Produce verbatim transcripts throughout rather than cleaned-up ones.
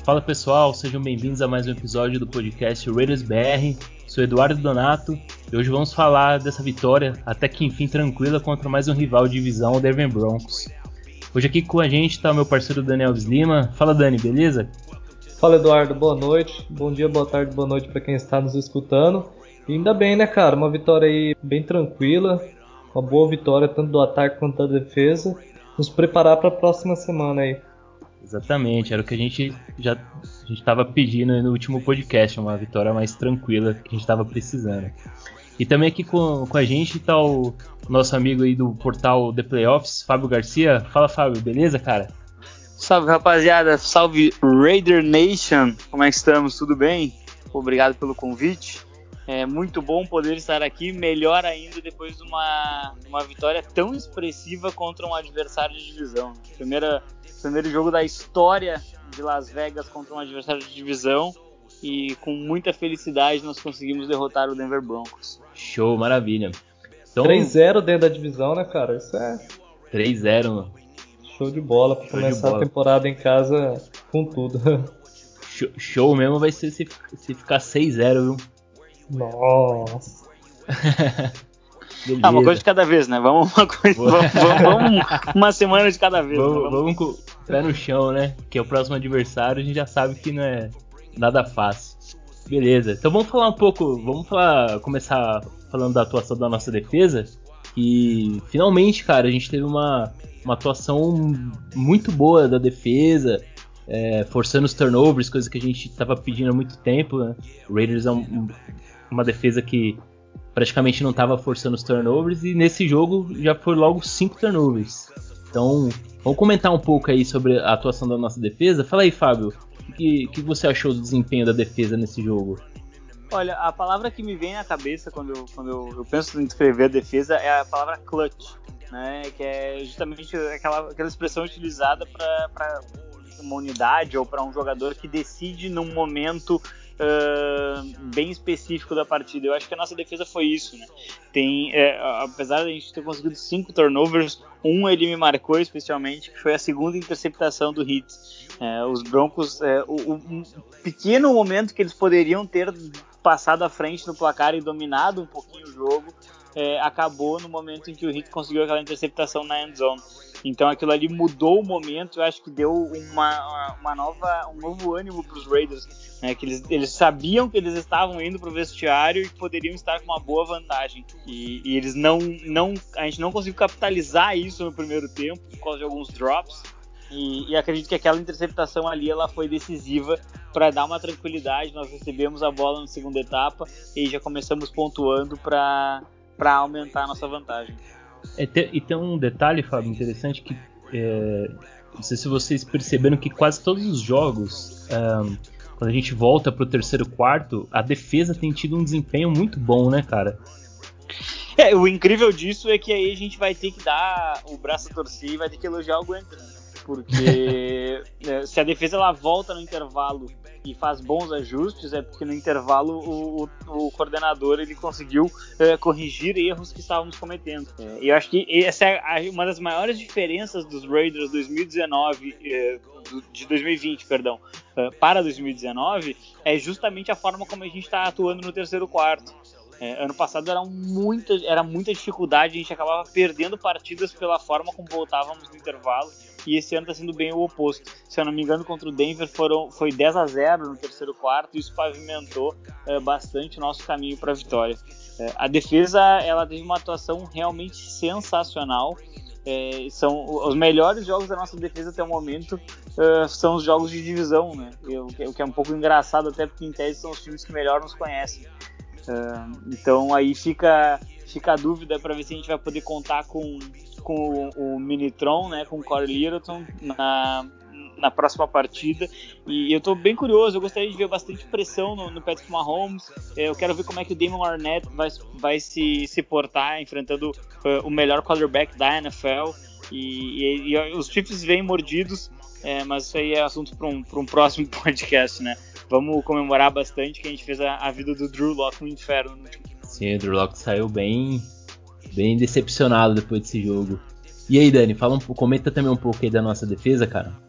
Fala pessoal, sejam bem-vindos a mais um episódio do podcast Raiders B R. Sou Eduardo Donato e hoje vamos falar dessa vitória, até que enfim tranquila, contra mais um rival de divisão, o Denver Broncos. Hoje aqui com a gente está o meu parceiro Daniel Lima. Fala Dani, beleza? Fala Eduardo, boa noite, bom dia, boa tarde, boa noite para quem está nos escutando. E ainda bem, né, cara, uma vitória aí bem tranquila, uma boa vitória tanto do ataque quanto da defesa. Nos preparar para a próxima semana aí. Exatamente, era o que a gente já a gente estava pedindo no último podcast, uma vitória mais tranquila que a gente estava precisando. E também aqui com, com a gente está o nosso amigo aí do portal The Playoffs, Fábio Garcia. Fala Fábio, beleza, cara? Salve rapaziada, salve Raider Nation, como é que estamos? Tudo bem? Obrigado pelo convite. É muito bom poder estar aqui, melhor ainda depois de uma, uma vitória tão expressiva contra um adversário de divisão. Primeira, primeiro jogo da história de Las Vegas contra um adversário de divisão e com muita felicidade nós conseguimos derrotar o Denver Broncos. Show, maravilha. Então, três a zero dentro da divisão, né, cara? Isso é... três a zero. Show de bola para começar bola. A temporada em casa com tudo. Show, show mesmo vai ser se, se ficar seis a zero, viu? Nossa. Ah, uma coisa de cada vez, né? Vamos uma, coisa, vamos, vamos, vamos uma semana de cada vez. Vamos, né? vamos com o pé no chão, né? Que é o próximo adversário, a gente já sabe que não é nada fácil. Beleza, então vamos falar um pouco, vamos falar, começar falando da atuação da nossa defesa. E finalmente, cara, a gente teve uma, uma atuação muito boa da defesa, é, forçando os turnovers, coisa que a gente estava pedindo há muito tempo, né? O Raiders é um, uma defesa que praticamente não estava forçando os turnovers, e nesse jogo já foi logo cinco turnovers. Então, vamos comentar um pouco aí sobre a atuação da nossa defesa. Fala aí, Fábio, o que, que você achou do desempenho da defesa nesse jogo? Olha, a palavra que me vem na cabeça quando eu, quando eu, eu penso em descrever a defesa é a palavra clutch, né? Que é justamente aquela, aquela expressão utilizada para uma unidade ou para um jogador que decide num momento uh, bem específico da partida. Eu acho que a nossa defesa foi isso, né? Tem, é, apesar de a gente ter conseguido cinco turnovers, um ele me marcou especialmente, que foi a segunda interceptação do Heat. É, os Broncos, é, o, o pequeno momento que eles poderiam ter passado à frente no placar e dominado um pouquinho o jogo, é, acabou no momento em que o Heat conseguiu aquela interceptação na end zone. Então aquilo ali mudou o momento, eu acho que deu uma, uma nova, um novo ânimo para os Raiders, né? Que eles, eles sabiam que eles estavam indo para o vestiário e que poderiam estar com uma boa vantagem. E, e eles não, não, a gente não conseguiu capitalizar isso no primeiro tempo por causa de alguns drops. E, e acredito que aquela interceptação ali ela foi decisiva para dar uma tranquilidade. Nós recebemos a bola na segunda etapa e já começamos pontuando para aumentar a nossa vantagem. É, te, e tem um detalhe, Fábio, interessante que é, não sei se vocês perceberam que quase todos os jogos, um, quando a gente volta pro terceiro quarto, a defesa tem tido um desempenho muito bom, né, cara? É, o incrível disso é que aí a gente vai ter que dar o braço a torcer e vai ter que elogiar o Guenther, né? Porque é, se a defesa ela volta no intervalo e faz bons ajustes, é porque no intervalo o, o, o coordenador ele conseguiu é, corrigir erros que estávamos cometendo. É, e eu acho que essa é uma das maiores diferenças dos Raiders dois mil e dezenove, é, de dois mil e vinte, perdão, é, para dois mil e dezenove, é justamente a forma como a gente está atuando no terceiro quarto. É, ano passado era muita, era muita dificuldade, a gente acabava perdendo partidas pela forma como voltávamos no intervalo, e esse ano está sendo bem o oposto. Se eu não me engano, contra o Denver foram, foi dez a zero no terceiro quarto, e isso pavimentou é, bastante o nosso caminho para a vitória. É, a defesa ela teve uma atuação realmente sensacional. É, são os melhores jogos da nossa defesa até o momento, uh, são os jogos de divisão, né? O que é um pouco engraçado, até porque em tese são os times que melhor nos conhecem. Uh, então aí fica, fica a dúvida para ver se a gente vai poder contar com, com o, o Minitron, né, com o Corey Littleton na, na próxima partida. E eu estou bem curioso, eu gostaria de ver bastante pressão no, no Patrick Mahomes. Eu quero ver como é que o Damon Arnett vai, vai se, se portar enfrentando uh, o melhor quarterback da N F L. E, e, e os Chiefs vêm mordidos, é, mas isso aí é assunto para um, para um próximo podcast, né? Vamos comemorar bastante que a gente fez a, a vida do Drew Lock no inferno. Sim, o Drew Lock saiu bem, bem decepcionado depois desse jogo. E aí, Dani, fala um, comenta também um pouco aí da nossa defesa, cara.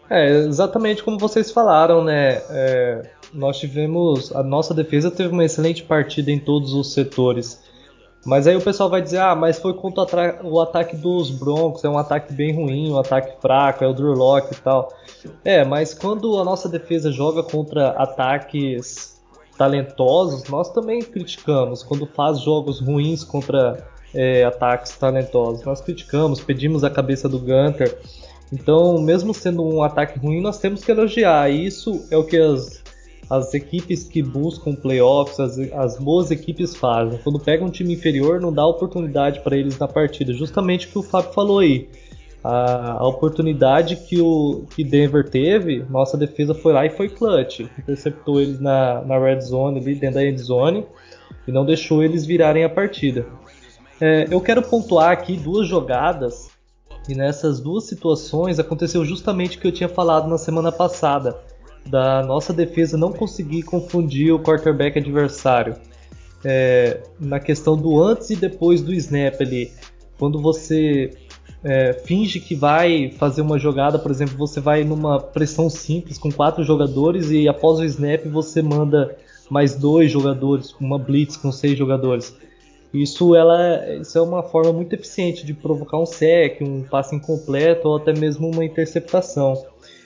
É, exatamente como vocês falaram, né? É, nós tivemos. A nossa defesa teve uma excelente partida em todos os setores. Mas aí o pessoal vai dizer, ah, mas foi contra o, atra- o ataque dos Broncos, é um ataque bem ruim, um ataque fraco, é o Drew Lock e tal. É, mas quando a nossa defesa joga contra ataques talentosos, nós também criticamos. Quando faz jogos ruins contra é, ataques talentosos, nós criticamos, pedimos a cabeça do Gunter. Então, mesmo sendo um ataque ruim, nós temos que elogiar. E isso é o que as, as equipes que buscam playoffs, as, as boas equipes fazem. Quando pega um time inferior, não dá oportunidade para eles na partida. Justamente o que o Fábio falou aí. A, a oportunidade que o que Denver teve, nossa defesa foi lá e foi clutch. Interceptou eles na, na red zone, ali dentro da end zone, e não deixou eles virarem a partida. É, eu quero pontuar aqui duas jogadas, e nessas duas situações aconteceu justamente o que eu tinha falado na semana passada, da nossa defesa não conseguir confundir o quarterback adversário. É, na questão do antes e depois do snap ali. Quando você é, finge que vai fazer uma jogada, por exemplo, você vai numa pressão simples com quatro jogadores e após o snap você manda mais dois jogadores, uma blitz com seis jogadores. Isso, ela, isso é uma forma muito eficiente de provocar um sec, um passe incompleto ou até mesmo uma interceptação.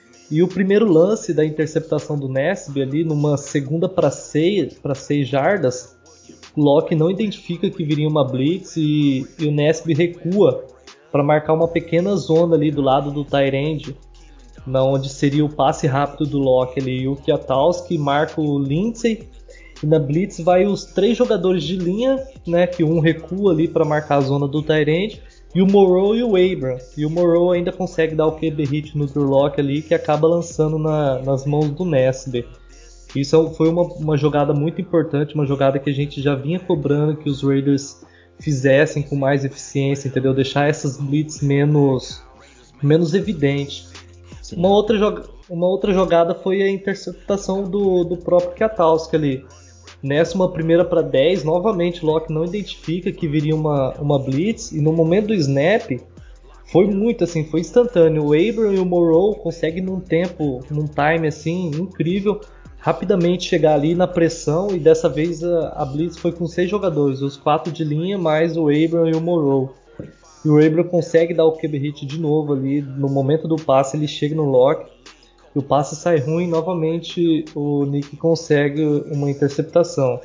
E o primeiro lance da interceptação do Nesby ali, numa segunda para seis, para seis jardas, o Locke não identifica que viria uma blitz e, e o Nesby recua para marcar uma pequena zona ali do lado do tight end, na onde seria o passe rápido do Locke ali. E o Kwiatkowski marca o Lindsay. E na blitz vai os três jogadores de linha, né, que um recua ali para marcar a zona do tight end, e o Moreau e o Abram. E o Moreau ainda consegue dar o Q B hit no Drew Lock ali, que acaba lançando na, nas mãos do Nesby. Isso foi uma, uma jogada muito importante, uma jogada que a gente já vinha cobrando que os Raiders fizessem com mais eficiência, entendeu? Deixar essas blitz menos, menos evidentes. Uma outra, uma outra jogada foi a interceptação do, do próprio Kwiatkowski ali. Nessa, uma primeira para dez, novamente o Locke não identifica que viria uma, uma blitz, e no momento do snap foi muito assim, foi instantâneo. O Abram e o Moreau conseguem num tempo, num time assim incrível, rapidamente chegar ali na pressão, e dessa vez a, a blitz foi com seis jogadores, os quatro de linha mais o Abram e o Moreau. E o Abram consegue dar o Q B hit de novo ali, no momento do passe ele chega no Locke, e o passe sai ruim, novamente o Nick consegue uma interceptação.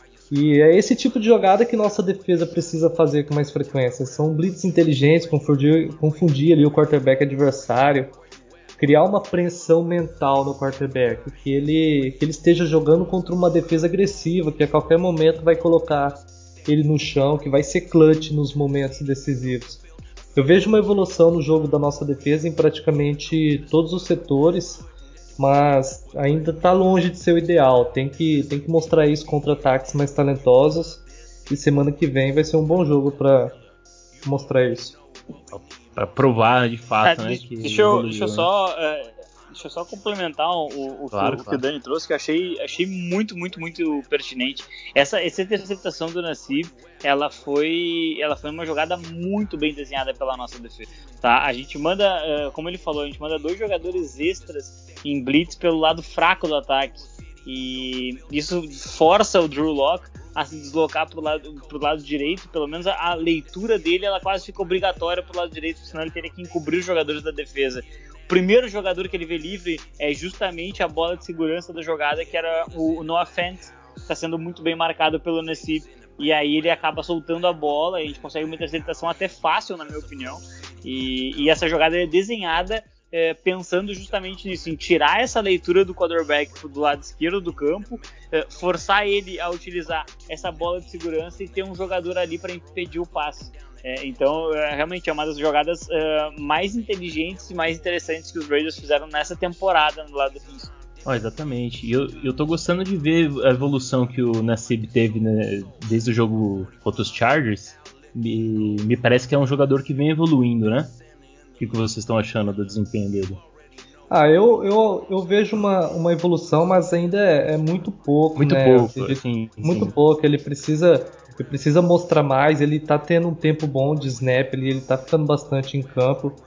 E é esse tipo de jogada que nossa defesa precisa fazer com mais frequência. São blitz inteligentes, confundir, confundir ali o quarterback adversário, criar uma apreensão mental no quarterback, que ele, que ele esteja jogando contra uma defesa agressiva, que a qualquer momento vai colocar ele no chão, que vai ser clutch nos momentos decisivos. Eu vejo uma evolução no jogo da nossa defesa em praticamente todos os setores, mas ainda está longe de ser o ideal. Tem que, tem que mostrar isso contra ataques mais talentosos, e semana que vem vai ser um bom jogo para mostrar isso. Para provar de fato, é, né, deixa, que deixa, eu, evoluiu, deixa eu né? só é, deixa eu só complementar o, o, Claro, que, o claro. que o Dani trouxe, que eu achei, achei muito, muito, muito pertinente. Essa, essa interceptação do Nassib, ela foi, ela foi uma jogada muito bem desenhada pela nossa defesa. Tá? A gente manda, como ele falou, a gente manda dois jogadores extras em blitz pelo lado fraco do ataque. E isso força o Drew Lock a se deslocar pro lado, pro lado direito. Pelo menos a, a leitura dele, ela quase fica obrigatória pro lado direito, senão ele teria que encobrir os jogadores da defesa. O primeiro jogador que ele vê livre é justamente a bola de segurança da jogada, que era o, o Noah Fant, que está sendo muito bem marcado pelo Nassib. E aí ele acaba soltando a bola, e a gente consegue uma interceptação até fácil, na minha opinião. E, e essa jogada é desenhada É, pensando justamente nisso, em tirar essa leitura do quarterback do lado esquerdo do campo, é, forçar ele a utilizar essa bola de segurança e ter um jogador ali para impedir o passe. É, então, é, realmente é uma das jogadas é, mais inteligentes e mais interessantes que os Raiders fizeram nessa temporada no lado defensivo. Oh, exatamente. E eu, eu tô gostando de ver a evolução que o Nassib teve, né, desde o jogo contra os Chargers. Me, me parece que é um jogador que vem evoluindo, né? O que, que vocês estão achando do desempenho dele? Ah, eu, eu, eu vejo uma, uma evolução, mas ainda é, é muito pouco, Muito né? Eu pouco, acredito, sim, muito sim. pouco. Ele precisa, ele precisa mostrar mais. Ele tá tendo um tempo bom de snap, ele, ele tá ficando bastante em campo.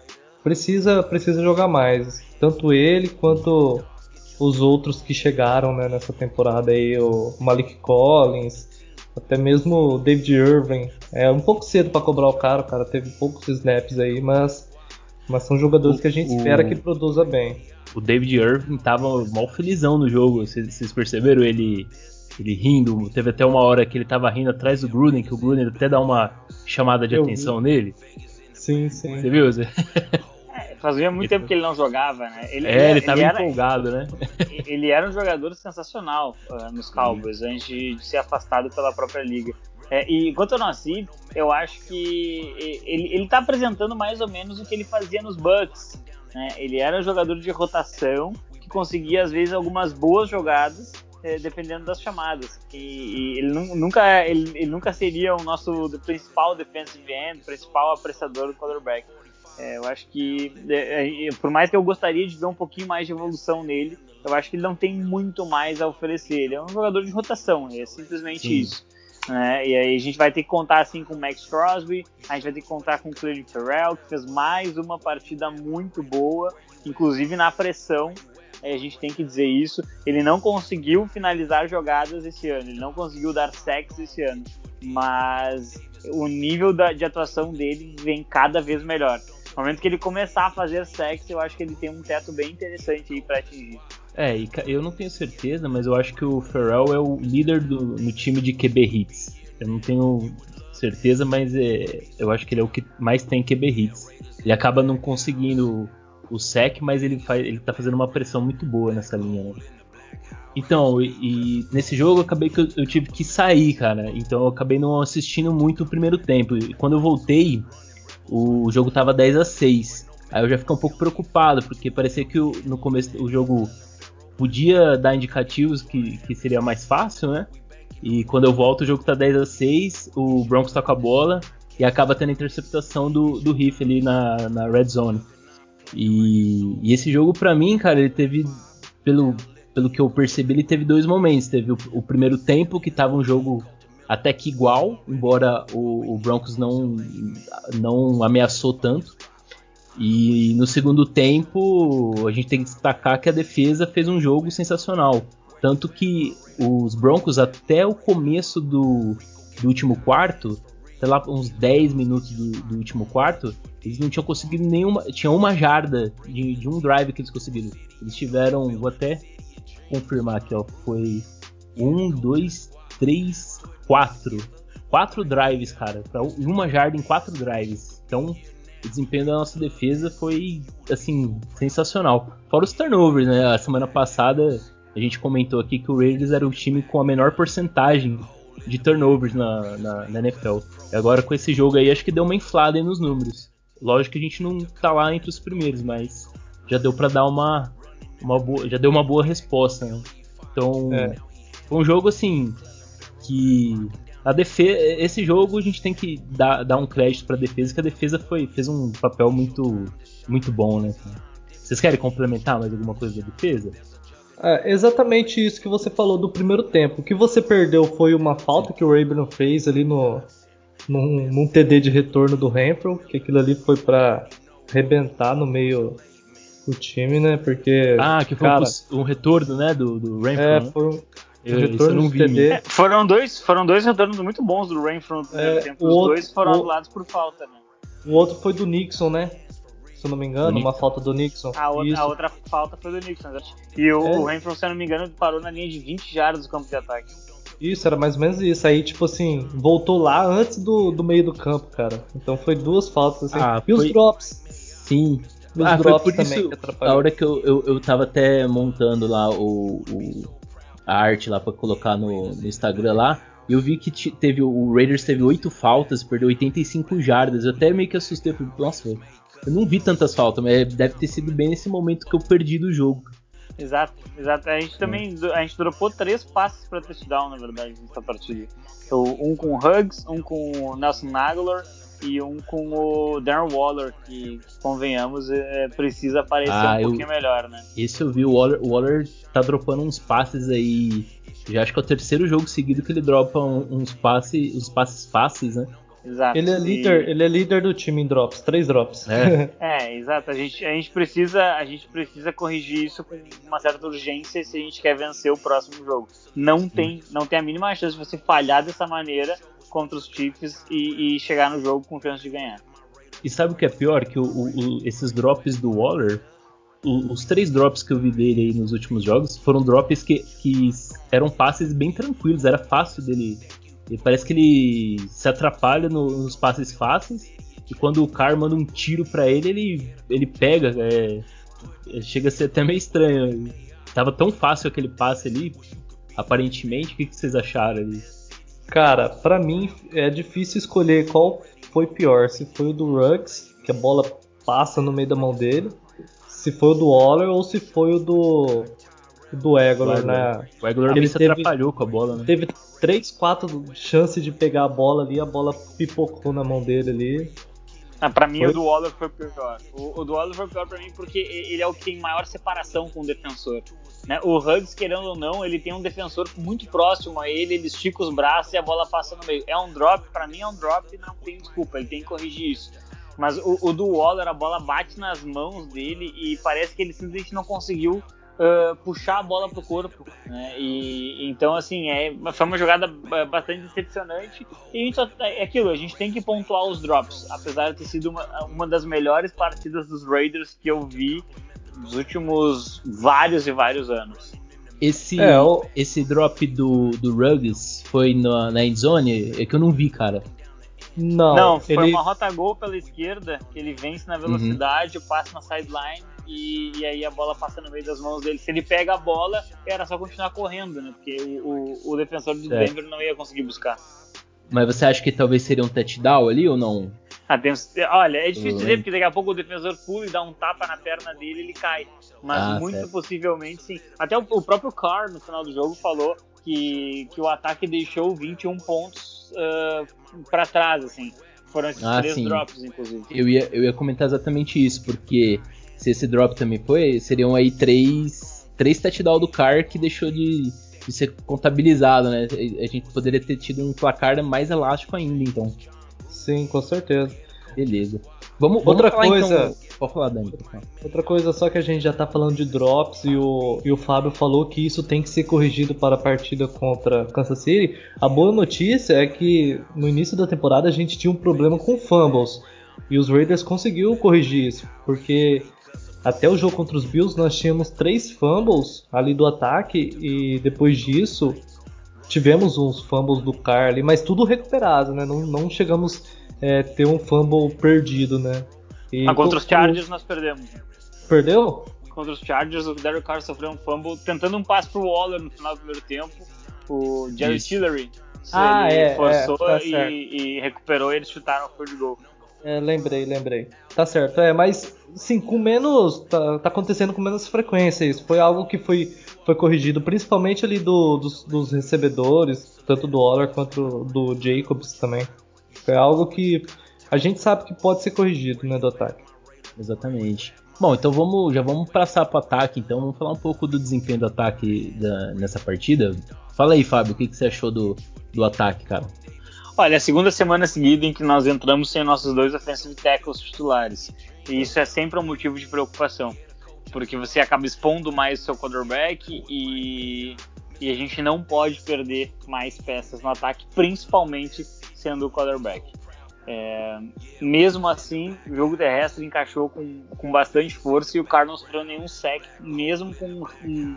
precisa, precisa jogar mais. Tanto ele quanto os outros que chegaram, né, nessa temporada aí, o Malik Collins, até mesmo o David Irving. É um pouco cedo para cobrar o cara, o cara teve poucos snaps aí, mas, mas são jogadores o, que a gente o, espera que produza bem. O David Irving tava mal felizão no jogo, vocês perceberam ele, ele rindo? Teve até uma hora que ele tava rindo atrás do Gruden, que o Gruden até dá uma chamada de Eu atenção vi. nele. Sim, sim. Você viu, Zé? É, fazia muito tempo que ele não jogava, né? Ele, É, ele, ele tava ele era, empolgado, né? ele era um jogador sensacional uh, nos Cowboys, antes de, de ser afastado pela própria liga. É, e enquanto eu nasci, eu acho que ele, ele tá apresentando mais ou menos o que ele fazia nos Bucks. Né? Ele era um jogador de rotação que conseguia, às vezes, algumas boas jogadas, é, dependendo das chamadas. E, e ele, nunca, ele, ele nunca seria o nosso principal defensive end, principal apressador do quarterback. É, eu acho que, é, é, por mais que eu gostaria de ver um pouquinho mais de evolução nele, eu acho que ele não tem muito mais a oferecer. Ele é um jogador de rotação, é simplesmente Sim. isso. Né? E aí a gente vai ter que contar assim com o Max Crosby, a gente vai ter que contar com o Clelin Ferrell, que fez mais uma partida muito boa, inclusive na pressão, a gente tem que dizer isso. Ele não conseguiu finalizar jogadas esse ano, ele não conseguiu dar sacks esse ano, mas o nível da, de atuação dele vem cada vez melhor. No momento que ele começar a fazer sacks, eu acho que ele tem um teto bem interessante aí para atingir. É, e eu não tenho certeza, mas eu acho que o Ferrell é o líder do, no time de Q B hits. Eu não tenho certeza, mas é, eu acho que ele é o que mais tem Q B hits. Ele acaba não conseguindo o, o sack, mas ele, faz, ele tá fazendo uma pressão muito boa nessa linha, né? Então, e, e nesse jogo eu acabei que eu, eu tive que sair, cara. Então eu acabei não assistindo muito o primeiro tempo. E quando eu voltei, o jogo tava dez a seis. Aí eu já fiquei um pouco preocupado, porque parecia que o, no começo o jogo podia dar indicativos que, que seria mais fácil, né? E quando eu volto o jogo tá dez a seis, o Broncos tá com a bola e acaba tendo a interceptação do, do Riff ali na, na red zone. E, e esse jogo pra mim, cara, ele teve, pelo, pelo que eu percebi, ele teve dois momentos. Teve o, o primeiro tempo, que tava um jogo até que igual, embora o, o Broncos não, não ameaçou tanto. E no segundo tempo, a gente tem que destacar que a defesa fez um jogo sensacional. Tanto que os Broncos, até o começo do, do último quarto, sei lá, uns dez minutos do, do último quarto, eles não tinham conseguido nenhuma. Tinha uma jarda de, de um drive que eles conseguiram. Eles tiveram, vou até confirmar aqui, ó, foi um, dois, três, quatro. Quatro drives, cara, pra uma jarda em quatro drives. Então, o desempenho da nossa defesa foi, assim, sensacional. Fora os turnovers, né? A semana passada a gente comentou aqui que o Raiders era o time com a menor porcentagem de turnovers na, na, na N F L. E agora com esse jogo aí acho que deu uma inflada aí nos números. Lógico que a gente não tá lá entre os primeiros, mas já deu pra dar uma, uma boa, já deu uma boa resposta, né? Então, é. Foi um jogo assim que a defesa, esse jogo a gente tem que dar, dar um crédito para a defesa, que a defesa foi, fez um papel muito, muito bom, né? Vocês querem complementar mais alguma coisa da defesa? É exatamente isso que você falou do primeiro tempo. O que você perdeu foi uma falta que o Rabel fez ali no num, num T D de retorno do Renfrew, que aquilo ali foi para arrebentar no meio do time, né? Porque ah, que foi cara, um, um retorno, né, do, do Renfrew. É, né? foi um, eu, um retorno não de T D. É, foram dois, foram dois retornos muito bons do Renfrew no primeiro é, tempo. Os outro, dois foram o, anulados por falta, né? O outro foi do Nixon, né? Se eu não me engano, uma falta do Nixon. A outra, a outra falta foi do Nixon. E o, é. o Renfrew, se eu não me engano, parou na linha de vinte jardas do campo de ataque. Isso, era mais ou menos isso. Aí, tipo assim, voltou lá antes do, do meio do campo, cara. Então foi duas faltas, assim. Ah, e foi... os drops? Sim. E os ah, drops foi por também isso, que atrapalhou. A hora que eu, eu, eu tava até montando lá o, o, a arte lá pra colocar no, no Instagram lá, e eu vi que t- teve, o Raiders teve oito faltas, perdeu oitenta e cinco jardas. Eu até meio que assustei, falei, nossa, velho, eu não vi tantas faltas, mas deve ter sido bem nesse momento que eu perdi do jogo. Exato, exato. A gente também a gente dropou três passes para touchdown, na verdade, nessa partida. Um com o Huggs, um com o Nelson Aguilar e um com o Darren Waller, que, convenhamos, é, precisa aparecer ah, um pouquinho eu, melhor, né? Esse eu vi, o Waller, o Waller tá dropando uns passes aí, já acho que é o terceiro jogo seguido que ele dropa uns passes, uns passes fáceis, né? Exato. Ele é líder, E... ele é líder do time em drops, três drops. É. É, exato. A gente, a gente precisa, a gente precisa corrigir isso com uma certa urgência se a gente quer vencer o próximo jogo. Não tem, não tem a mínima chance de você falhar dessa maneira contra os Chiefs e, e chegar no jogo com chance de ganhar. E sabe o que é pior? Que o, o, esses drops do Waller, o, os três drops que eu vi dele aí nos últimos jogos, foram drops que, que eram passes bem tranquilos, era fácil dele. E parece que ele se atrapalha no, nos passes fáceis, e quando o Carr manda um tiro pra ele, ele, ele pega. É, chega a ser até meio estranho. Tava tão fácil aquele passe ali, aparentemente. O que, que vocês acharam ali? Cara, pra mim é difícil escolher qual foi pior. Se foi o do Ruggs, que a bola passa no meio da mão dele, se foi o do Waller ou se foi o do do Aguilar, né? O Aguilar Ele se teve, atrapalhou com a bola, né? Teve três, quatro chances de pegar a bola ali, a bola pipocou na mão dele ali. Ah, pra mim Foi? o do Waller foi pior. O, o do Waller foi pior pra mim porque ele é o que tem maior separação com o defensor. Né? O Ruggs, querendo ou não, ele tem um defensor muito próximo a ele, ele estica os braços e a bola passa no meio. É um drop, pra mim é um drop e não tem desculpa, ele tem que corrigir isso. Mas o, o do Waller, a bola bate nas mãos dele e parece que ele simplesmente não conseguiu Uh, puxar a bola pro corpo, né? E então assim é, foi uma jogada bastante decepcionante e a gente só, é aquilo, a gente tem que pontuar os drops, apesar de ter sido uma, uma das melhores partidas dos Raiders que eu vi nos últimos vários e vários anos. Esse, é, o... esse drop do, do Ruggs foi na, na endzone? É que eu não vi, cara. Não, não foi ele... uma rota gol pela esquerda, que ele vence na velocidade, uhum. passa na sideline e, e aí a bola passa no meio das mãos dele. Se ele pega a bola, era só continuar correndo, né? Porque o, o, o defensor do é. Denver não ia conseguir buscar. Mas você acha que talvez seria um touchdown ali ou não? Ah, tem, olha, é difícil dizer, porque daqui a pouco o defensor pula e dá um tapa na perna dele e ele cai. Mas ah, muito certo. possivelmente sim. Até o, o próprio Carr, no final do jogo, falou que, que o ataque deixou vinte e um pontos uh, para trás, assim. Foram esses ah, três sim. drops, inclusive. Eu ia, eu ia comentar exatamente isso, porque se esse drop também foi, seriam aí três, três touchdowns do Carr que deixou de, de ser contabilizado, né? A gente poderia ter tido um placar mais elástico ainda, então. Sim, com certeza. Beleza. Vamos, outra vamos falar, coisa, então... Pode falar, Dani. Outra coisa só que a gente já tá falando de drops e o, e o Fábio falou que isso tem que ser corrigido para a partida contra Kansas City. A boa notícia é que no início da temporada a gente tinha um problema com fumbles e os Raiders conseguiu corrigir isso, porque até o jogo contra os Bills nós tínhamos três fumbles ali do ataque e depois disso tivemos uns fumbles do Carr ali, mas tudo recuperado, né? Não, não chegamos É, ter um fumble perdido, né? E ah, contra os Chargers nós perdemos. Perdeu? Contra os Chargers, o Derek Carr sofreu um fumble tentando um passe pro Waller no final do primeiro tempo. O Jerry Tillery ah, ele é, forçou é, tá e, e recuperou e eles chutaram o field goal. É, lembrei, lembrei. Tá certo, é, mas sim, com menos. Tá, tá acontecendo com menos frequência isso. Foi algo que foi, foi corrigido, principalmente ali do, dos, dos recebedores, tanto do Waller quanto do Jacobs também. É algo que a gente sabe que pode ser corrigido, né, do ataque. Exatamente. Bom, então vamos, já vamos passar para o ataque, então vamos falar um pouco do desempenho do ataque da, nessa partida. Fala aí, Fábio, o que, que você achou do, do ataque, cara? Olha, a segunda semana seguida em que nós entramos sem nossos dois offensive tackles titulares. E isso é sempre um motivo de preocupação, porque você acaba expondo mais o seu quarterback e, e a gente não pode perder mais peças no ataque, principalmente sendo o quarterback. É, mesmo assim, o jogo terrestre encaixou com, com bastante força e o Carr não sofreu nenhum sack, mesmo com um,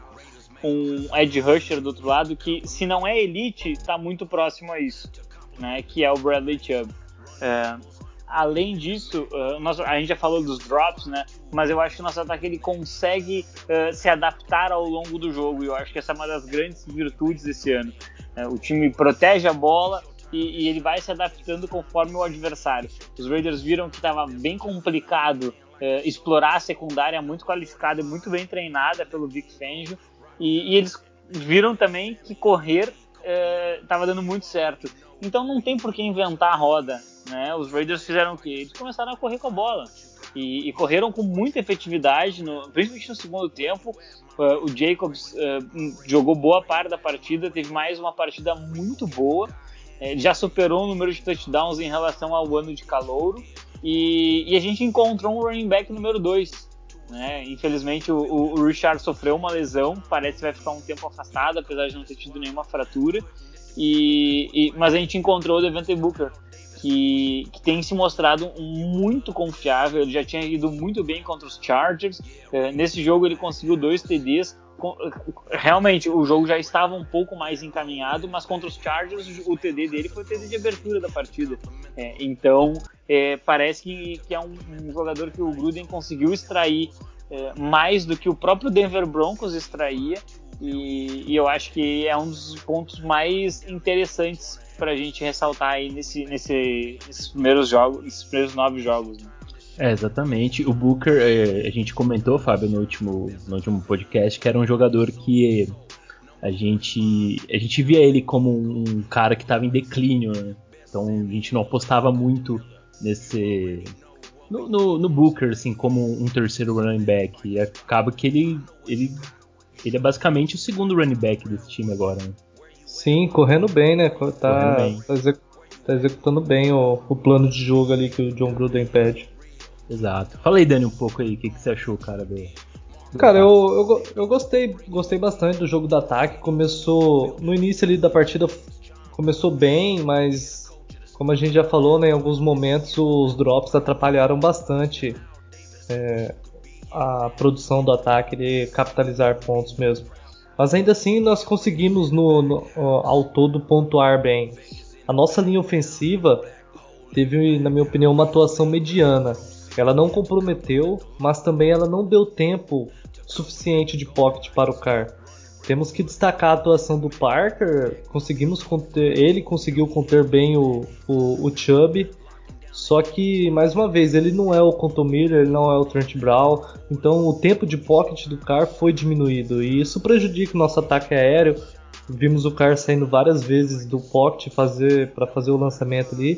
um edge rusher do outro lado que, se não é elite, está muito próximo a isso, né, que é o Bradley Chubb. É, além disso, uh, nós, a gente já falou dos drops, né, mas eu acho que o nosso ataque ele consegue uh, se adaptar ao longo do jogo, e eu acho que essa é uma das grandes virtudes desse ano. É, o time protege a bola e, e ele vai se adaptando conforme o adversário. Os Raiders viram que estava bem complicado uh, explorar a secundária muito qualificada e muito bem treinada pelo Vic Fangio, e, e eles viram também que correr estava uh, dando muito certo. Então não tem por que inventar a roda, né? Os Raiders fizeram o quê? Eles começaram a correr com a bola e, e correram com muita efetividade, no, principalmente no segundo tempo. Uh, o Jacobs uh, jogou boa parte da partida, teve mais uma partida muito boa. ele já superou o número de touchdowns em relação ao ano de calouro, e, e a gente encontrou um running back número dois. Né? Infelizmente o, o Richard sofreu uma lesão, parece que vai ficar um tempo afastado, apesar de não ter tido nenhuma fratura, e, e, mas a gente encontrou o Devontae Booker, que, que tem se mostrado muito confiável. Ele já tinha ido muito bem contra os Chargers, é, nesse jogo ele conseguiu dois T Ds. Realmente o jogo já estava um pouco mais encaminhado, mas contra os Chargers o T D dele foi o T D de abertura da partida. É, então é, parece que, que é um, um jogador que o Gruden conseguiu extrair é, mais do que o próprio Denver Broncos extraía, e, e eu acho que é um dos pontos mais interessantes para a gente ressaltar aí nesse, nesse, nesses primeiros jogos, nesses primeiros nove jogos. Né? É, exatamente. O Booker, é, a gente comentou, Fábio, no último, no último podcast, que era um jogador que a gente, a gente via ele como um cara que estava em declínio, né? Então a gente não apostava muito nesse no, no, no Booker, assim, como um terceiro running back. E acaba que ele, ele, ele é basicamente o segundo running back desse time agora, né? Sim, correndo bem, né? Tá, correndo bem. tá, exec, tá executando bem o, o plano de jogo ali que o John Gruden pede. Exato. Fala aí, Dani, um pouco aí, o que, que você achou, cara, do... do cara, eu, eu, eu gostei, gostei bastante do jogo do ataque. Começou, no início ali da partida, começou bem, mas como a gente já falou, né, em alguns momentos os drops atrapalharam bastante é, a produção do ataque, de capitalizar pontos mesmo. Mas ainda assim nós conseguimos no, no, ao todo pontuar bem. A nossa linha ofensiva teve, na minha opinião, uma atuação mediana. Ela não comprometeu, mas também ela não deu tempo suficiente de pocket para o Carr. Temos que destacar a atuação do Parker. Conseguimos conter, ele conseguiu conter bem o, o, o Chubb. Só que, mais uma vez, ele não é o Colton Miller, ele não é o Trent Brown, então o tempo de pocket do Carr foi diminuído, e isso prejudica o nosso ataque aéreo. Vimos o Carr saindo várias vezes do pocket fazer, para fazer o lançamento ali,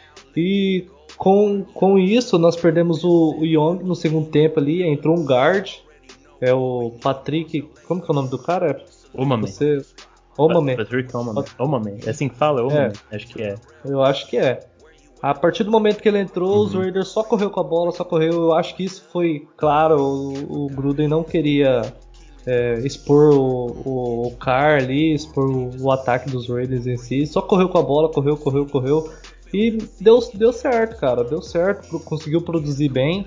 e com, com isso nós perdemos o, o Young no segundo tempo ali, entrou um guard, é o Patrick, como que é o nome do cara? Omameh. Você... Omameh. Patrick Omameh. Omameh, é assim que fala? Omameh? É, acho que é. Eu acho que é. A partir do momento que ele entrou, Uhum. os Raiders só correu com a bola, só correu. Eu acho que isso foi claro. O, o Gruden não queria é, expor o, o, o Carr ali, expor o, o ataque dos Raiders em si. Só correu com a bola, correu, correu, correu. E deu, deu certo, cara. Deu certo, conseguiu produzir bem.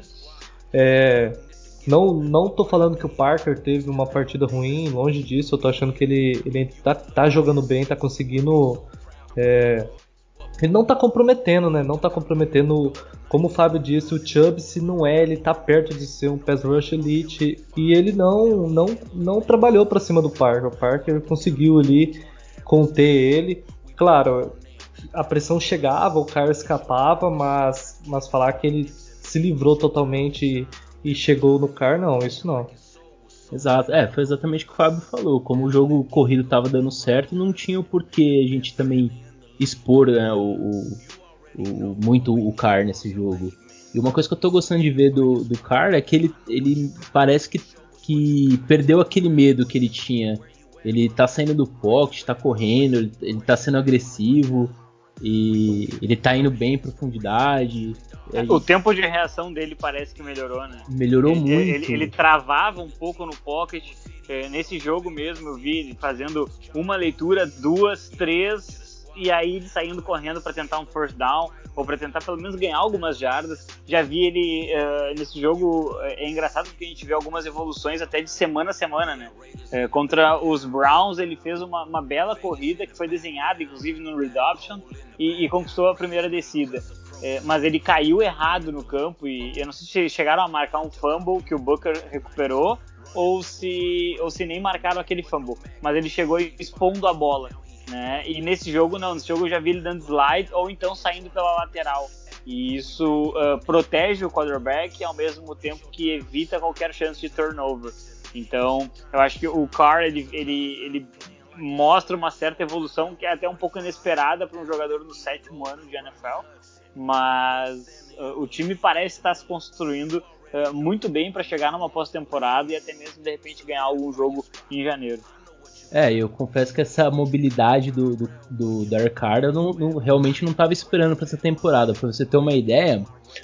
É, não, não tô falando que o Parker teve uma partida ruim, longe disso. Eu tô achando que ele, ele tá, tá jogando bem, tá conseguindo... É, ele não tá comprometendo, né? Não tá comprometendo, como o Fábio disse, o Chubb, se não é, ele tá perto de ser um pass rush elite, e ele não não, não trabalhou pra cima do Parker. O Parker conseguiu ali conter ele. Claro, a pressão chegava, o cara escapava, mas, mas falar que ele se livrou totalmente e, e chegou no Carr, não, isso não. Exato, é, foi exatamente o que o Fábio falou. Como o jogo corrido tava dando certo, não tinha o porquê a gente também expor, né, o, o, o, muito o Carr nesse jogo. E uma coisa que eu tô gostando de ver do, do Carr é que ele, ele parece que, que perdeu aquele medo que ele tinha. Ele tá saindo do pocket, tá correndo, ele, ele tá sendo agressivo, e ele tá indo bem em profundidade. O tempo de reação dele parece que melhorou, né? Melhorou ele, muito. Ele, ele travava um pouco no pocket. É, nesse jogo mesmo eu vi ele fazendo uma leitura, duas, três, e aí ele saindo correndo para tentar um first down, ou para tentar pelo menos ganhar algumas jardas. Já vi ele uh, nesse jogo, é engraçado porque a gente vê algumas evoluções até de semana a semana, né? É, contra os Browns ele fez uma, uma bela corrida que foi desenhada inclusive no read option e, e conquistou a primeira descida. É, mas ele caiu errado no campo e eu não sei se chegaram a marcar um fumble que o Booker recuperou ou se, ou se nem marcaram aquele fumble, mas ele chegou expondo a bola, né? E nesse jogo não, nesse jogo eu já vi ele dando slide ou então saindo pela lateral, e isso uh, protege o quarterback ao mesmo tempo que evita qualquer chance de turnover. Então eu acho que o Carr ele, ele, ele mostra uma certa evolução que é até um pouco inesperada para um jogador do sétimo ano de N F L, mas uh, o time parece estar se construindo uh, muito bem para chegar numa pós-temporada e até mesmo de repente ganhar algum jogo em janeiro. É, eu confesso que essa mobilidade do, do, do Derek Carr eu não, não, realmente não estava esperando para essa temporada. Para você ter uma ideia,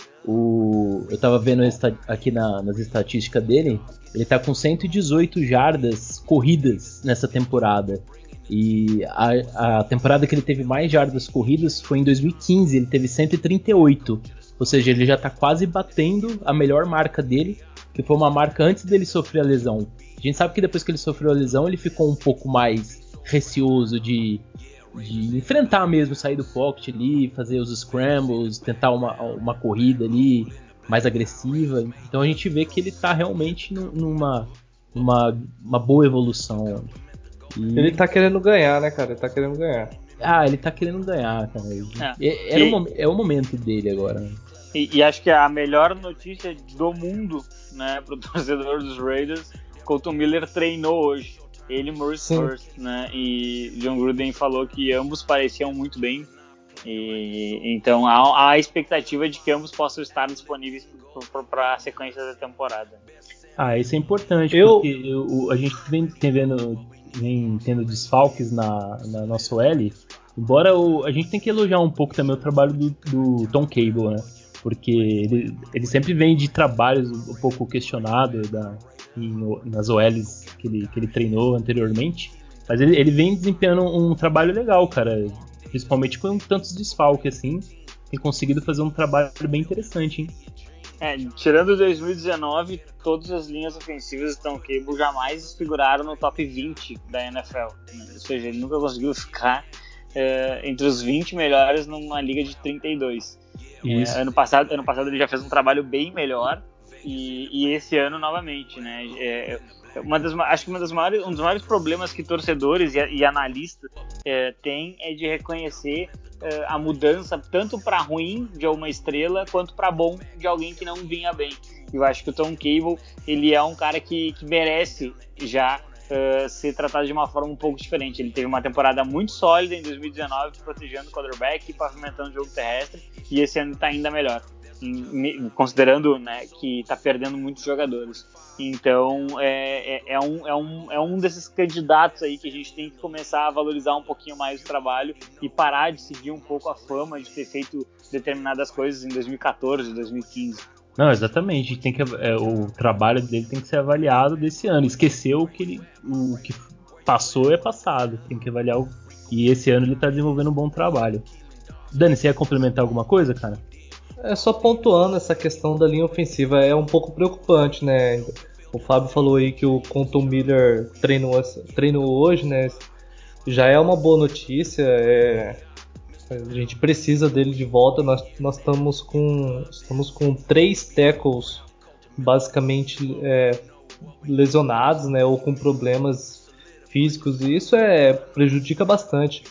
o, eu estava vendo aqui na, nas estatísticas dele, ele está com cento e dezoito jardas corridas nessa temporada. E a, a temporada que ele teve mais jardas corridas foi em dois mil e quinze, ele teve cento e trinta e oito. Ou seja, ele já está quase batendo a melhor marca dele, que foi uma marca antes dele sofrer a lesão. A gente sabe que depois que ele sofreu a lesão, ele ficou um pouco mais receoso de, de enfrentar mesmo, sair do pocket ali, fazer os scrambles, tentar uma, uma corrida ali mais agressiva. Então a gente vê que ele está realmente numa, numa uma boa evolução. E... Ele tá querendo ganhar, né, cara? Ele tá querendo ganhar. Ah, ele tá querendo ganhar, cara. É, era e... o, é o momento dele agora. Né? E, e acho que a melhor notícia do mundo, né, pro torcedor dos Raiders, Colton Miller treinou hoje. Ele e Maurice Hurst, né? E John Gruden falou que ambos pareciam muito bem. E, então há, há a expectativa de que ambos possam estar disponíveis para a sequência da temporada. Ah, isso é importante, eu... porque eu, a gente vem tendo, vem tendo desfalques na, na nossa O L. Embora o, a gente tem que elogiar um pouco também o trabalho do, do Tom Cable, né? Porque ele, ele sempre vem de trabalhos um pouco questionados da, em, nas O Ls que ele, que ele treinou anteriormente. Mas ele, ele vem desempenhando um trabalho legal, cara. Principalmente com tantos desfalques assim. Tem conseguido fazer um trabalho bem interessante, hein? É, tirando dois mil e dezenove, todas as linhas ofensivas do Tom Cable jamais figuraram no top vinte da N F L. Né? Ou seja, ele nunca conseguiu ficar é, entre os vinte melhores numa liga de trinta e dois. É, ano, passado, ano passado ele já fez um trabalho bem melhor e, e esse ano novamente, né? É, uma das, acho que uma das maiores, um dos maiores problemas que torcedores e, e analistas é, têm é de reconhecer é, a mudança tanto para ruim de uma estrela quanto para bom de alguém que não vinha bem. Eu acho que o Tom Cable ele é um cara que, que merece já Uh, ser tratado de uma forma um pouco diferente. Ele teve uma temporada muito sólida em dois mil e dezenove, protegendo o quarterback e pavimentando o jogo terrestre, e esse ano está ainda melhor, em, considerando, né, que está perdendo muitos jogadores. Então é, é, é, um, é, um, é um desses candidatos aí que a gente tem que começar a valorizar um pouquinho mais o trabalho e parar de seguir um pouco a fama de ter feito determinadas coisas em dois mil e catorze, dois mil e quinze. Não, exatamente. Tem que, é, o trabalho dele tem que ser avaliado desse ano. Esqueceu o que ele, o que passou é passado. Tem que avaliar o, e esse ano ele está desenvolvendo um bom trabalho. Dani, você ia complementar alguma coisa, cara? É só pontuando essa questão da linha ofensiva, é um pouco preocupante, né? O Fábio falou aí que o Colton Miller treinou, treinou hoje, né? Já é uma boa notícia. É... A gente precisa dele de volta. Nós, nós estamos, com, estamos com três tackles basicamente é, lesionados, né, ou com problemas físicos, e isso é, prejudica bastante.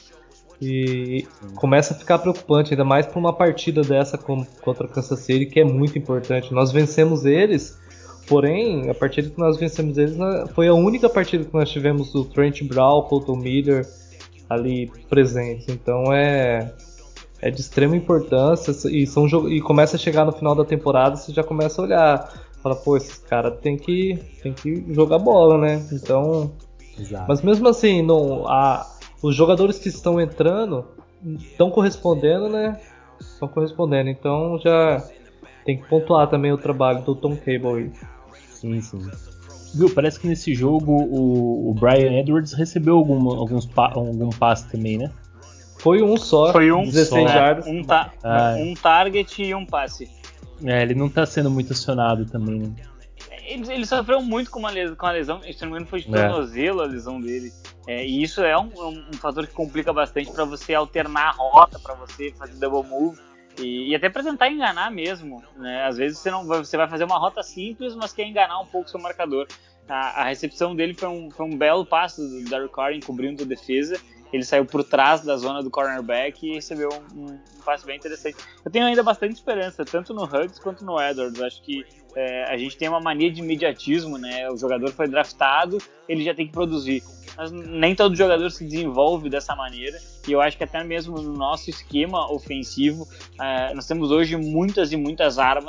E começa a ficar preocupante, ainda mais para uma partida dessa contra o Kansas City, que é muito importante. Nós vencemos eles, porém, a partida que nós vencemos eles foi a única partida que nós tivemos o Trent Brown, Colton Miller ali presentes. Então é, é de extrema importância e, são, e começa a chegar no final da temporada, você já começa a olhar, fala, pô, esses caras tem que, tem que jogar bola, né? Então, exato. Mas mesmo assim, não, a, os jogadores que estão entrando estão correspondendo, né? Estão correspondendo, então já tem que pontuar também o trabalho do Tom Cable aí. Sim, sim. Viu, parece que nesse jogo o, o Bryan Edwards recebeu algum, alguns pa, algum passe também, né? Foi um só, Foi um dezesseis só, jardas. Um, ta, ah. um target e um passe. É, ele não tá sendo muito acionado também, né? Ele, ele sofreu muito com uma lesão, com a lesão, se não me engano foi de tornozelo é. a lesão dele. É, e isso é um, um, um fator que complica bastante para você alternar a rota, para você fazer double move. E, e até para tentar enganar mesmo, né? Às vezes você, não, você vai fazer uma rota simples, mas quer enganar um pouco o seu marcador. A, a recepção dele foi um, foi um belo passo do Derek Carr encobrindo a defesa. Ele saiu por trás da zona do cornerback e recebeu um, um, um passe bem interessante. Eu tenho ainda bastante esperança, tanto no Huggs quanto no Edwards. Acho que é, a gente tem uma mania de imediatismo, né? O jogador foi draftado, ele já tem que produzir. Mas nem todo jogador se desenvolve dessa maneira, e eu acho que até mesmo no nosso esquema ofensivo, uh, nós temos hoje muitas e muitas armas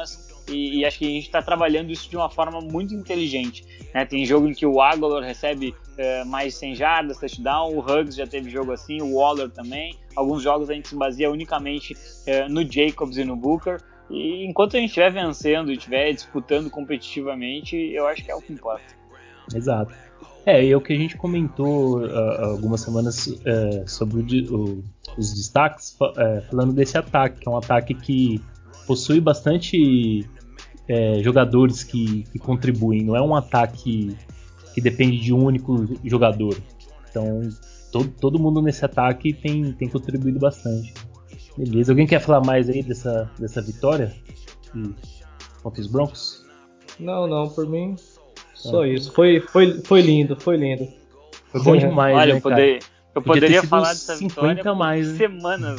e, e acho que a gente está trabalhando isso de uma forma muito inteligente, né? Tem jogo em que o Aguilar recebe uh, mais de cem jardas, touchdown, o Huggs já teve jogo assim, o Waller também. Alguns jogos a gente se baseia unicamente uh, no Jacobs e no Booker, e enquanto a gente estiver vencendo e estiver disputando competitivamente, eu acho que é o que importa. Exato. É, e é o que a gente comentou uh, algumas semanas uh, sobre o, o, os destaques, uh, falando desse ataque, que é um ataque que possui bastante uh, jogadores que, que contribuem, não é um ataque que depende de um único jogador. Então, todo, todo mundo nesse ataque tem, tem contribuído bastante. Beleza, alguém quer falar mais aí dessa, dessa vitória e, contra os Broncos? Não, não, por mim, só isso. Foi, foi, foi lindo, foi lindo. Foi bom demais, Olha, né, eu, poder, cara? eu Podia poderia ter sido falar dessa vitória cinquenta por mais, né? semanas.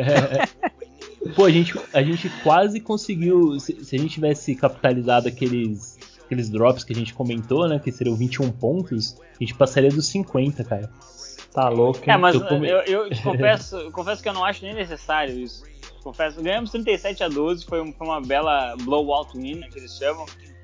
Pô, a gente, a gente quase conseguiu, se, se a gente tivesse capitalizado aqueles, aqueles drops que a gente comentou, né, que seriam vinte e um pontos, a gente passaria dos cinquenta, cara. Tá louco, hein? É, mas Eu eu, come- eu, eu te confesso, eu confesso que eu não acho nem necessário isso. Confesso, ganhamos trinta e sete a doze, foi, um, foi uma bela blowout win, né, que eles chamam.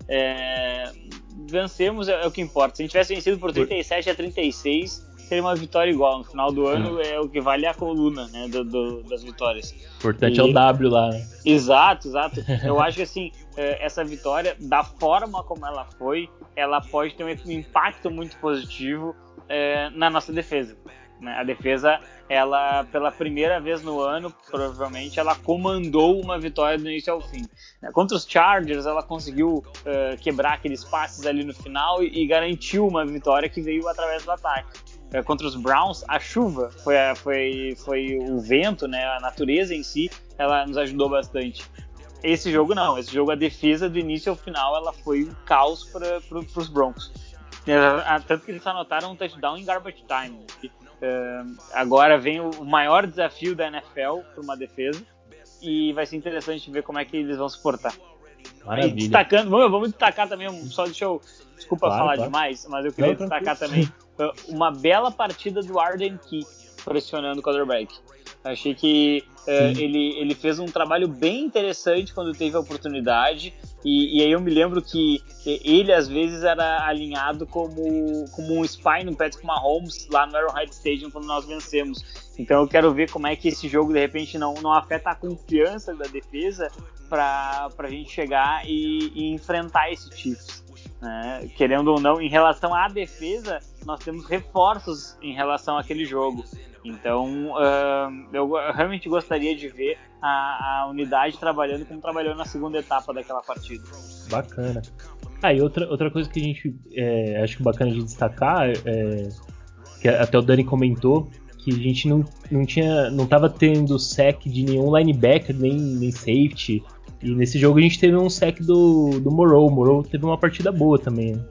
É, vencemos, é, é o que importa. Se a gente tivesse vencido por trinta e sete a trinta e seis, seria uma vitória igual. No final do ano é o que vale a coluna, né, do, do, das vitórias. O importante E- é o W lá, né? Exato, exato. Eu acho que assim, eh, essa vitória, da forma como ela foi, ela pode ter um impacto muito positivo eh, na nossa defesa, né? A defesa, ela, pela primeira vez no ano, provavelmente, ela comandou uma vitória do início ao fim. Contra os Chargers, ela conseguiu eh, quebrar aqueles passes ali no final e, e garantiu uma vitória que veio através do ataque. Eh, Contra os Browns, a chuva foi, a- foi, foi o vento, né? A natureza em si, ela nos ajudou bastante. Esse jogo não, esse jogo a defesa do início ao final ela foi um caos para pro, os Broncos. Eh, a- Tanto que eles só anotaram um touchdown em garbage time. Né? Que, eh, agora vem o o maior desafio da N F L para uma defesa e vai ser interessante ver como é que eles vão se portar. E Maravilha. destacando, vamos, vamos destacar também, um- só deixa eu, desculpa Claro, falar claro. demais, mas eu queria Não, destacar tranquilo. também uh, uma bela partida do Arden Key pressionando o quarterback. Achei que uh, ele, ele fez um trabalho bem interessante quando teve a oportunidade, e, e aí eu me lembro que ele às vezes era alinhado como, como um spy no Patrick Mahomes lá no Arrowhead Stadium quando nós vencemos. Então eu quero ver como é que esse jogo de repente não, não afeta a confiança da defesa para a gente chegar e, e enfrentar esse Chiefs. Né? Querendo ou não, em relação à defesa, nós temos reforços em relação àquele jogo. Então, uh, eu realmente gostaria de ver a, a unidade trabalhando como trabalhou na segunda etapa daquela partida. Bacana. Ah, e outra, outra coisa que a gente é, acho bacana de destacar, é, que até o Dani comentou, que a gente não, não tinha, não tava tendo sec de nenhum linebacker, nem, nem safety. E nesse jogo a gente teve um sec do, do Moreau. O Moreau teve uma partida boa também, né?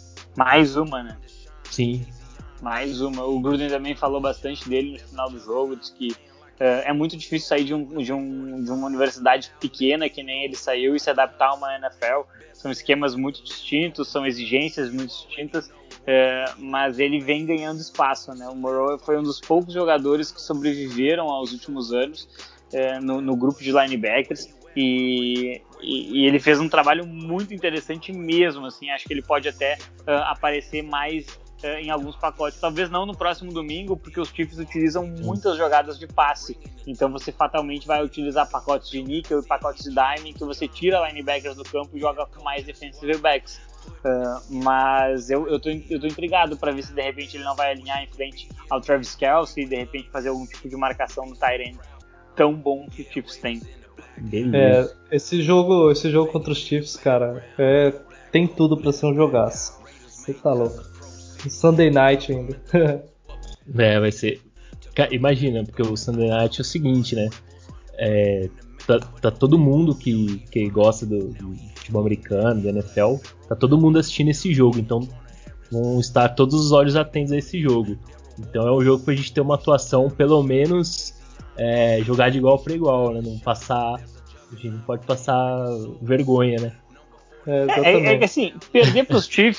Mais uma, né? Sim. Mais uma. O Gruden também falou bastante dele no final do jogo, disse que uh, é muito difícil sair de, um, de, um, de uma universidade pequena que nem ele saiu e se adaptar a uma N F L. São esquemas muito distintos, são exigências muito distintas, uh, mas ele vem ganhando espaço, né? O Moreau foi um dos poucos jogadores que sobreviveram aos últimos anos uh, no, no grupo de linebackers. E, e, e ele fez um trabalho muito interessante mesmo, assim, acho que ele pode até uh, aparecer mais uh, em alguns pacotes, talvez não no próximo domingo, porque os Chiefs utilizam muitas jogadas de passe, então você fatalmente vai utilizar pacotes de nickel e pacotes de dime, que você tira linebackers do campo e joga com mais defensive backs. Uh, mas eu, eu, tô, eu tô intrigado para ver se de repente ele não vai alinhar em frente ao Travis Kelce e de repente fazer algum tipo de marcação no tight end tão bom que o Chiefs tem. É, esse jogo, esse jogo contra os Chiefs, cara, é, tem tudo pra ser um jogaço. Você tá louco. Sunday Night ainda. É, vai ser. Cara, imagina, porque o Sunday Night é o seguinte, né? É, tá, tá todo mundo que, que gosta do, do futebol americano, do N F L, tá todo mundo assistindo esse jogo, então vão estar todos os olhos atentos a esse jogo. Então é um jogo pra gente ter uma atuação, pelo menos, é, jogar de igual para igual, né? Não passar. A gente não pode passar vergonha, né? É, É, é, é que exatamente. assim, perder pros Chiefs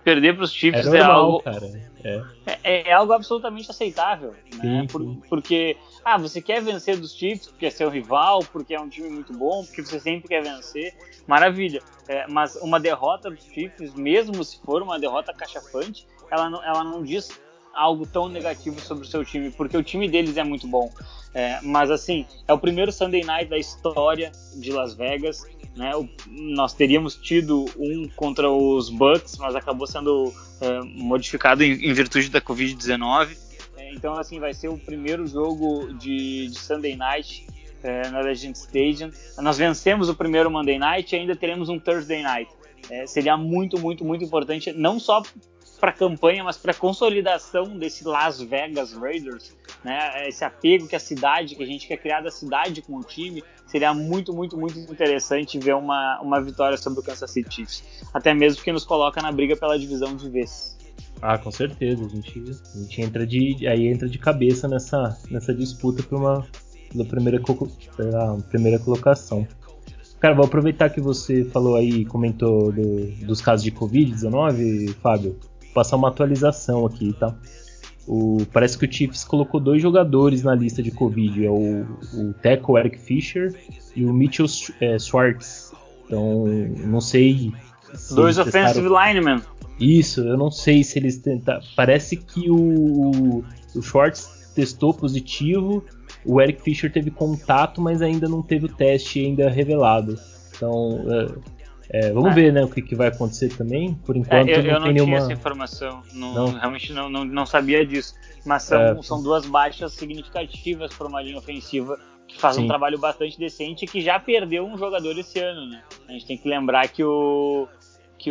perder para os Chiefs é, é algo, cara. É. É, é algo absolutamente aceitável, né? Sim, Por, sim. porque, ah, você quer vencer dos Chiefs porque é seu rival, porque é um time muito bom, porque você sempre quer vencer, maravilha. É, mas uma derrota dos Chiefs, mesmo se for uma derrota cachapante, ela não, ela não diz algo tão negativo sobre o seu time, porque o time deles é muito bom. É, mas assim, é o primeiro Sunday Night da história de Las Vegas, né? O, nós teríamos tido um contra os Bucks, mas acabou sendo é, modificado em, em virtude da covid dezenove. É, então assim, vai ser o primeiro jogo de, de Sunday Night é, na Allegiant Stadium. Nós vencemos o primeiro Monday Night e ainda teremos um Thursday Night. É, seria muito, muito, muito importante, não só para a campanha, mas para a consolidação desse Las Vegas Raiders, né? Esse apego que a cidade, que a gente quer criar da cidade com o time, seria muito, muito, muito interessante ver uma, uma vitória sobre o Kansas City Chiefs. Até mesmo porque nos coloca na briga pela divisão de vez. Ah, com certeza. A gente, a gente entra de, aí entra de cabeça nessa, nessa disputa por uma, pela, primeira, pela primeira colocação. Cara, vou aproveitar que você falou aí, comentou do, dos casos de covid dezenove, Fábio. Vou passar uma atualização aqui, tá? O, parece que o Chiefs colocou dois jogadores na lista de Covid, é o, o tackle Eric Fisher e o Mitchell é, Schwartz. Então, não sei se Dois eles offensive testaram... linemen. Isso, eu não sei se eles tentaram. Parece que o, o Schwartz testou positivo, o Eric Fisher teve contato, mas ainda não teve o teste ainda revelado. Então, é, é, vamos ah. ver, né, o que, que vai acontecer também. Por enquanto, é, eu, não eu tem não nenhuma... tinha essa informação, não, não. realmente não, não, não sabia disso. Mas são, é, são duas baixas significativas para uma linha ofensiva que faz Sim. um trabalho bastante decente e que já perdeu um jogador esse ano, né? A gente tem que lembrar que o que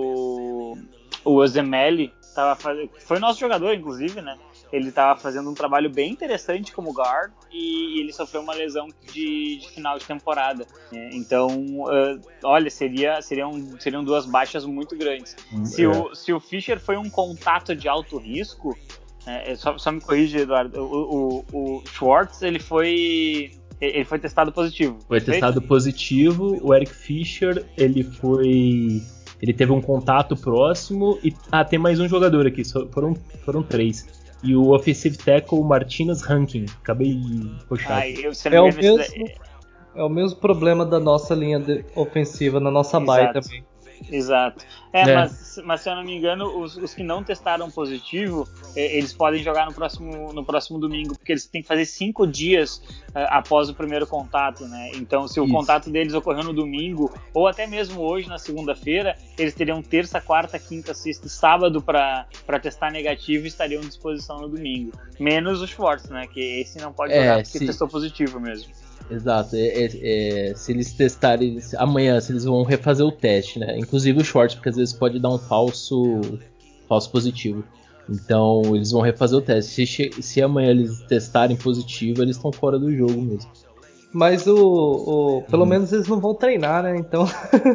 o o Osemele tava fazendo, foi nosso jogador, inclusive, né? Ele estava fazendo um trabalho bem interessante como guard e ele sofreu uma lesão de, de final de temporada. Então, uh, olha, seria, seriam, seriam duas baixas muito grandes. Se, é. o, se o Fischer foi um contato de alto risco, é, só, só me corrige, Eduardo, o, o, o Schwartz, ele foi... Ele foi testado positivo. Foi perfeito? testado positivo. O Eric Fischer, ele foi... Ele teve um contato próximo e... Ah, tem mais um jogador aqui, foram, foram três. E o offensive tackle, Martinez Rankin. Acabei de puxar. Ai, eu, é, o mesmo, é o mesmo problema da nossa linha de ofensiva na nossa bye também. Exato. É, é. Mas, mas se eu não me engano, os, os que não testaram positivo, eles podem jogar no próximo, no próximo domingo, porque eles têm que fazer cinco dias uh, após o primeiro contato, né? Então, se o Isso. contato deles ocorreu no domingo, ou até mesmo hoje, na segunda-feira, eles teriam terça, quarta, quinta, sexta e sábado para testar negativo e estariam à disposição no domingo. Menos o Schwartz, né? Que esse não pode é, jogar porque se... testou positivo mesmo. Exato, é, é, é, se eles testarem amanhã, se eles vão refazer o teste, né? Inclusive o Schwartz, porque às vezes pode dar um falso, falso positivo. Então eles vão refazer o teste. Se, se amanhã eles testarem positivo, eles estão fora do jogo mesmo. Mas o, o pelo hum. menos eles não vão treinar, né? Então.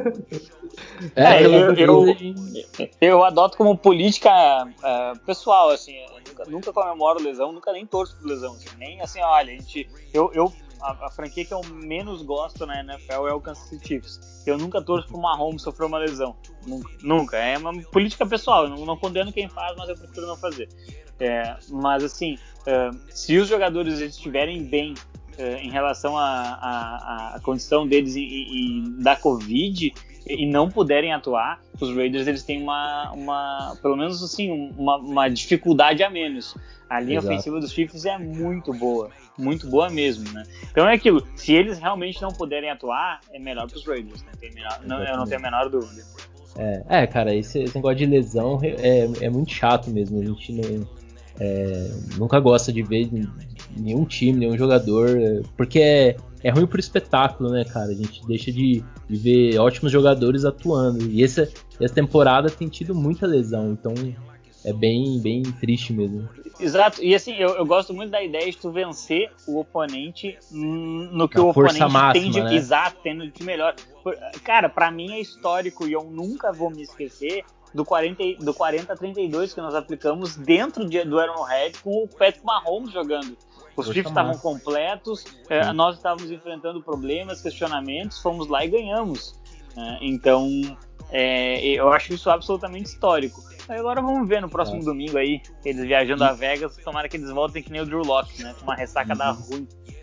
é, eu, eu, eu, eu adoto como política uh, pessoal, assim. Eu nunca, nunca comemoro lesão, nunca nem torço por lesão. Assim, nem assim, olha, a gente. Eu, eu, a, a franquia que eu menos gosto na N F L é o Kansas City Chiefs. Eu nunca torço pro Mahomes sofrer uma lesão. Nunca. Nunca. É uma política pessoal. Eu não, não condeno quem faz, mas eu prefiro não fazer. É, mas assim, uh, se os jogadores estiverem bem em relação à condição deles e, e, e da Covid e não puderem atuar, os Raiders eles têm uma, uma pelo menos assim, uma, uma dificuldade a menos. A linha Exato. ofensiva dos Chiefs é muito boa, muito boa mesmo, né? Então é aquilo, se eles realmente não puderem atuar, é melhor para os Raiders, né? Tem menor, não, eu não tenho a menor dúvida. É, é cara, esse, esse negócio de lesão é, é muito chato mesmo, a gente não... É, nunca gosta de ver nenhum time, nenhum jogador, porque é, é ruim pro espetáculo, né, cara? A gente deixa de, de ver ótimos jogadores atuando. E essa, essa temporada tem tido muita lesão, então é bem, bem triste mesmo. Exato, e assim, eu, eu gosto muito da ideia de tu vencer o oponente no que Na o força oponente máxima, tem de, né? exato, tendo de melhor. Cara, pra mim é histórico e eu nunca vou me esquecer do quarenta, do quarenta a trinta e dois que nós aplicamos dentro de, do Arrowhead com o Patrick Mahomes jogando. Os Chiefs estavam completos, é, nós estávamos enfrentando problemas, questionamentos, fomos lá e ganhamos. É, então, É, eu acho isso absolutamente histórico. Agora vamos ver no próximo Nossa. domingo aí, eles viajando a Vegas, tomara que eles voltem que nem o Drew Lock, né? Com uma ressaca da ruim.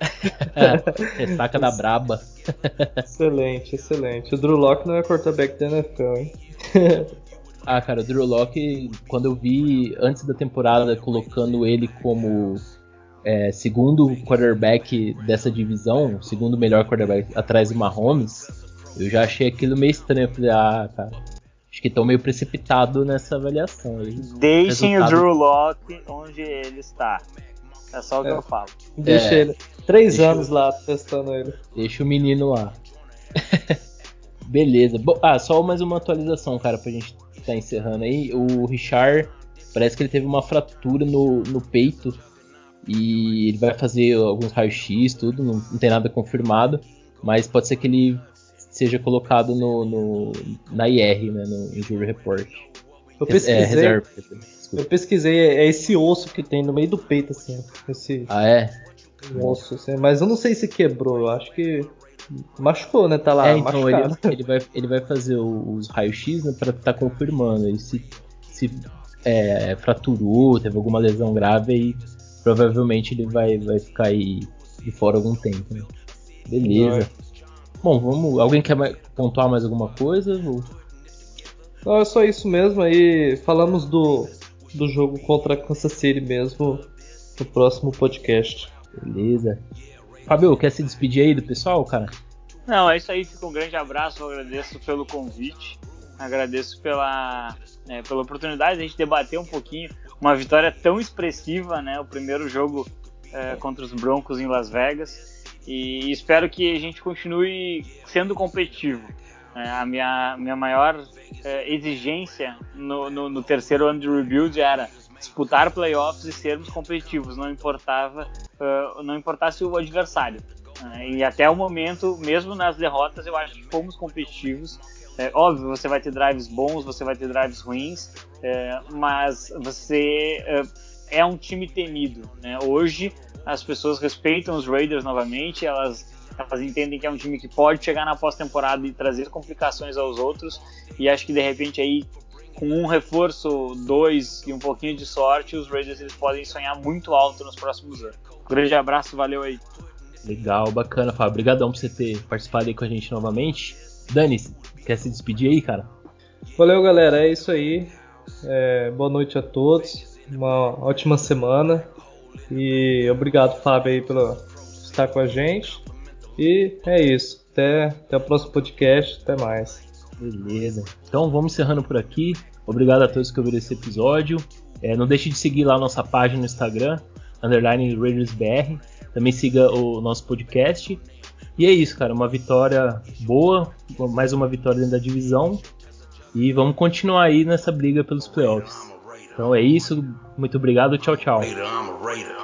Ressaca da braba. Excelente, excelente. O Drew Lock não é quarterback da N F L, hein? Ah, cara, o Drew Lock, quando eu vi antes da temporada colocando ele como é, segundo quarterback dessa divisão, segundo melhor quarterback atrás do Mahomes, eu já achei aquilo meio estranho. Eu falei, ah, cara, acho que estão meio precipitado nessa avaliação aí. Deixem Resultado... o Drew Lock onde ele está. É só o que É. eu falo. Deixa É, ele. Três deixa anos eu- lá testando ele. Deixa o menino lá. Beleza. Bom, ah, só mais uma atualização, cara, pra gente tá encerrando aí. O Richard, parece que ele teve uma fratura no, no peito e ele vai fazer alguns raios-x, tudo, não, não tem nada confirmado, mas pode ser que ele seja colocado no, no- na I R, né, no Injury Report. Eu Res- é, pesquisei. reserva. Eu Desculpa. pesquisei, é esse osso que tem no meio do peito, assim. Esse Ah, é? osso, assim. Mas eu não sei se quebrou, eu acho que machucou, né? Tá lá, É, então ele, machucado. ele, vai, ele vai fazer o- os raios-x, né, pra estar confirmando. E se, se é, fraturou, teve alguma lesão grave, aí provavelmente ele vai, vai ficar aí de fora algum tempo. Né? Beleza. Bom, vamos. Alguém quer mais- pontuar mais alguma coisa? Ou- Não, é só isso mesmo. Aí falamos do, do jogo contra a Kansas City mesmo no próximo podcast. Beleza. Fabio, quer se despedir aí do pessoal, cara? Não, é isso aí. Fica um grande abraço. Eu agradeço pelo convite. Agradeço pela, né, pela oportunidade de a gente debater um pouquinho. Uma vitória tão expressiva, né? O primeiro jogo é, contra os Broncos em Las Vegas. E espero que a gente continue sendo competitivo. É, a minha, minha maior é, exigência no, no, no terceiro ano de rebuild era disputar playoffs e sermos competitivos. Não importava, uh, não importasse o adversário. É, e até o momento, mesmo nas derrotas, eu acho que fomos competitivos. É, óbvio, você vai ter drives bons, você vai ter drives ruins, é, mas você é, é um time temido. Né? Hoje, as pessoas respeitam os Raiders novamente, elas, elas entendem que é um time que pode chegar na pós-temporada e trazer complicações aos outros, e acho que de repente aí, com um reforço, dois e um pouquinho de sorte, os Raiders eles podem sonhar muito alto nos próximos anos. Um grande abraço, valeu aí. Legal, bacana, Fábio. Obrigadão por você ter participado aí com a gente novamente. Dani, quer se despedir aí, cara? Valeu, galera. É isso aí. É, boa noite a todos. Uma ótima semana. E obrigado, Fábio, aí, por estar com a gente. E é isso. Até, até o próximo podcast. Até mais. Beleza. Então vamos encerrando por aqui. Obrigado a todos que ouviram esse episódio. É, não deixe de seguir lá a nossa página no Instagram, underline RaidersBR. Também siga o nosso podcast. E é isso, cara. Uma vitória boa. Mais uma vitória dentro da divisão. E vamos continuar aí nessa briga pelos playoffs. Então é isso. Muito obrigado. Tchau, tchau. I'm a Raider.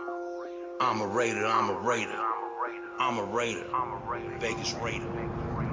I'm a Raider. I'm a Raider. I'm a Raider. Vegas Raider.